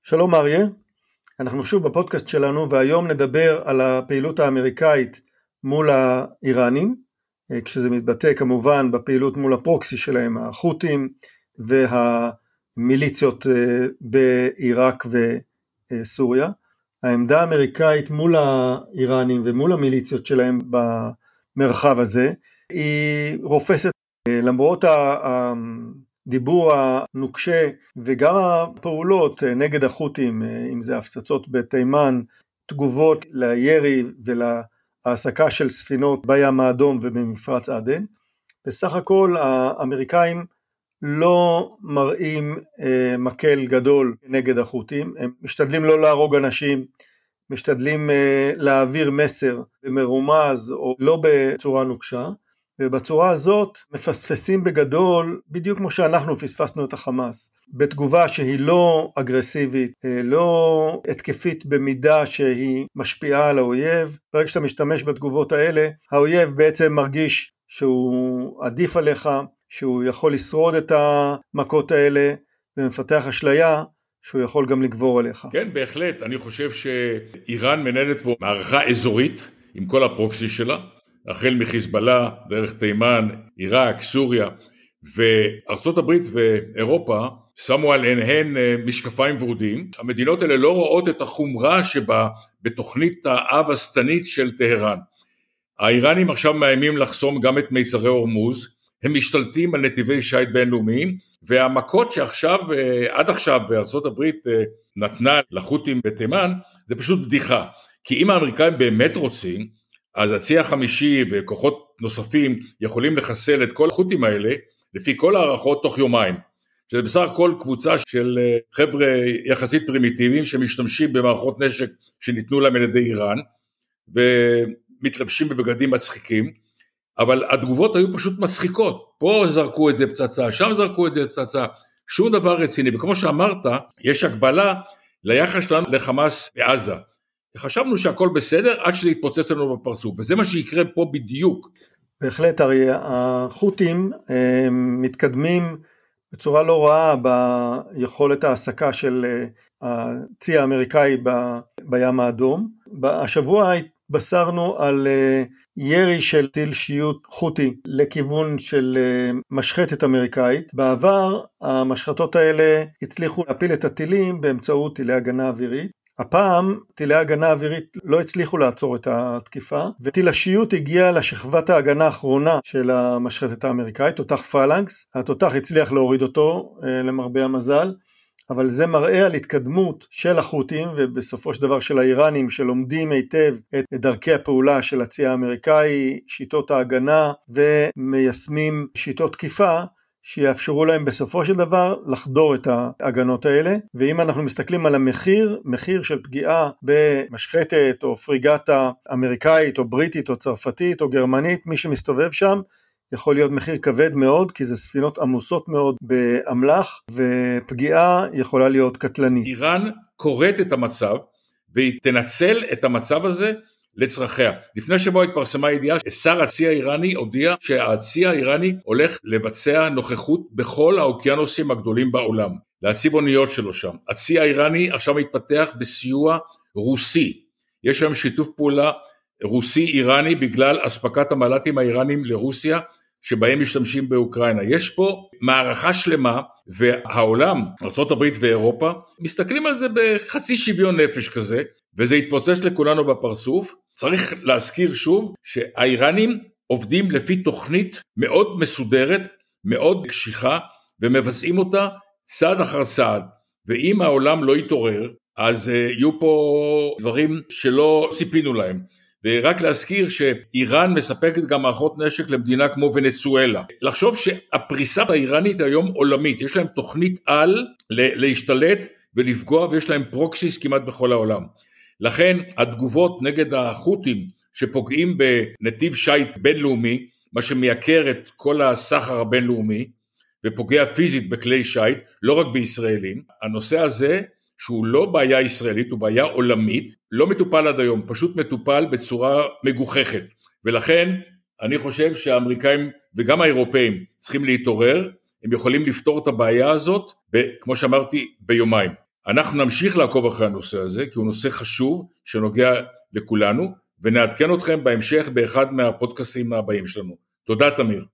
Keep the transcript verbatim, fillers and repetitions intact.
שלום אריה, אנחנו שוב בפודקאסט שלנו והיום נדבר על הפעילות האמריקאית מול האיראנים, כשזה מתבטא כמובן בפעילות מול הפרוקסי שלהם, החות'ים והמיליציות בעיראק וסוריה. העמדה האמריקאית מול האיראנים ומול המיליציות שלהם במרחב הזה היא רופסת, למרות הדיבור הנוקשה וגם הפעולות נגד החות'ים, אם זה הפצצות בתימן, תגובות לירי ולהעסקה של ספינות בים האדום ובמפרץ עדן. בסך הכל האמריקאים לא מראים מקל גדול נגד החות'ים, הם משתדלים לא להרוג אנשים, משתדלים להעביר מסר במרומז או לא בצורה נוקשה, ובצורה הזאת מפספסים בגדול, בדיוק כמו שאנחנו פספסנו את החמאס, בתגובה שהיא לא אגרסיבית, לא התקפית במידה שהיא משפיעה על האויב. ברגע שאתה משתמש בתגובות האלה, האויב בעצם מרגיש שהוא עדיף עליך, שהוא יכול לשרוד את המכות האלה, ומפתח אשליה שהוא יכול גם לגבור עליך. כן, בהחלט. אני חושב שאיראן מנהלת פה מערכה אזורית עם כל הפרוקסי שלה, החל מחיזבאללה, דרך תימן, עיראק, סוריה, וארצות הברית ואירופה שמו עליהן משקפיים ורודים. המדינות האלה לא רואות את החומרה שבה בתוכנית האב השטנית של טהרן. האיראנים עכשיו מאיימים לחסום גם את מיצרי הורמוז, הם משתלטים על נתיבי שיט בינלאומיים, והמכות שעכשיו, עד עכשיו, וארצות הברית נתנה לחות'ים בתימן, זה פשוט בדיחה. כי אם האמריקאים באמת רוצים, אז הצי החמישי וכוחות נוספים יכולים לחסל את כל החות'ים האלה, לפי כל הערכות תוך יומיים. שזה בסך הכל קבוצה של חבר'ה יחסית פרימיטיביים, שמשתמשים במערכות נשק שניתנו להם על ידי איראן, ומתלבשים בבגדים מצחיקים, אבל התגובות היו פשוט מצחיקות. פה זרקו את זה פצצה, שם זרקו את זה פצצה, שום דבר רציני. וכמו שאמרת, יש הגבלה ליחס שלנו לחמאס בעזה. חשבנו שהכל בסדר עד שזה יתפוצץ לנו בפרצוף, וזה מה שיקרה פה בדיוק. בהחלט, הרי החות'ים מתקדמים בצורה לא רעה ביכולת העסקה של הצי האמריקאי בים האדום. השבוע התבשרנו על ירי של טיל שיוט חות'י לכיוון של משחטת אמריקאית. בעבר המשחטות האלה הצליחו להפיל את הטילים באמצעות טילי הגנה אווירית. הפעם טילי הגנה האווירית לא הצליחו לעצור את התקיפה, וטיל השיוט הגיע לשכבת ההגנה האחרונה של המשחטת האמריקאית, תותח פלנקס. התותח הצליח להוריד אותו למרבה המזל, אבל זה מראה על התקדמות של החות'ים ובסופו של דבר של האיראנים שלומדים היטב את דרכי הפעולה של הצי האמריקאי, שיטות ההגנה, ומיישמים שיטות תקיפה שיאפשרו להם בסופו של דבר לחדור את ההגנות האלה. ואם אנחנו מסתכלים על המחיר, מחיר של פגיעה במשחטת או פריגטה אמריקאית או בריטית או צרפתית או גרמנית, מי שמסתובב שם יכול להיות מחיר כבד מאוד, כי זה ספינות עמוסות מאוד באמל"ח, ופגיעה יכולה להיות קטלנית. איראן קוראת את המצב, והיא תנצל את המצב הזה לצרכיה. לפני שבוע התפרסמה ידיעה ששר הצי האיראני הודיע שהצי האיראני הולך לבצע נוכחות בכל האוקיינוסים הגדולים בעולם, להציב אוניות שלו שם. הצי האיראני עכשיו מתפתח בסיוע רוסי. יש שם שיתוף פעולה רוסי-איראני בגלל אספקת המל"טים האיראנים לרוסיה, שבהם משתמשים באוקראינה. יש פה מערכה שלמה, והעולם, ארצות הברית ואירופה, מסתכלים על זה בחצי שוויון נפש כזה, וזה יתפוצץ לכולנו בפרצוף. צריך להזכיר שוב שהאיראנים עובדים לפי תוכנית מאוד מסודרת, מאוד קשיחה, ומבצעים אותה צעד אחר צעד. ואם העולם לא יתעורר, אז יהיו פה דברים שלא ציפינו להם. ורק להזכיר שאיראן מספקת גם מערכות נשק למדינה כמו ונצואלה. לחשוב שהפריסה האיראנית היום עולמית, יש להם תוכנית על להשתלט ולפגוע, ויש להם פרוקסיס כמעט בכל העולם. לכן התגובות נגד החות'ים שפוגעים בנתיב שיט בינלאומי, מה שמייקר את כל הסחר הבינלאומי, ופוגע פיזית בכלי שיט, לא רק בישראלים, הנושא הזה שהוא לא בעיה ישראלית, הוא בעיה עולמית, לא מטופל עד היום, פשוט מטופל בצורה מגוחכת, ולכן אני חושב שהאמריקאים וגם האירופאים צריכים להתעורר, הם יכולים לפתור את הבעיה הזאת, כמו שאמרתי, ביומיים. אנחנו נמשיך לעקוב אחרי הנושא הזה, כי הוא נושא חשוב שנוגע לכולנו, ונעדכן אתכם בהמשך באחד מהפודקאסים הבאים שלנו. תודה תמיר.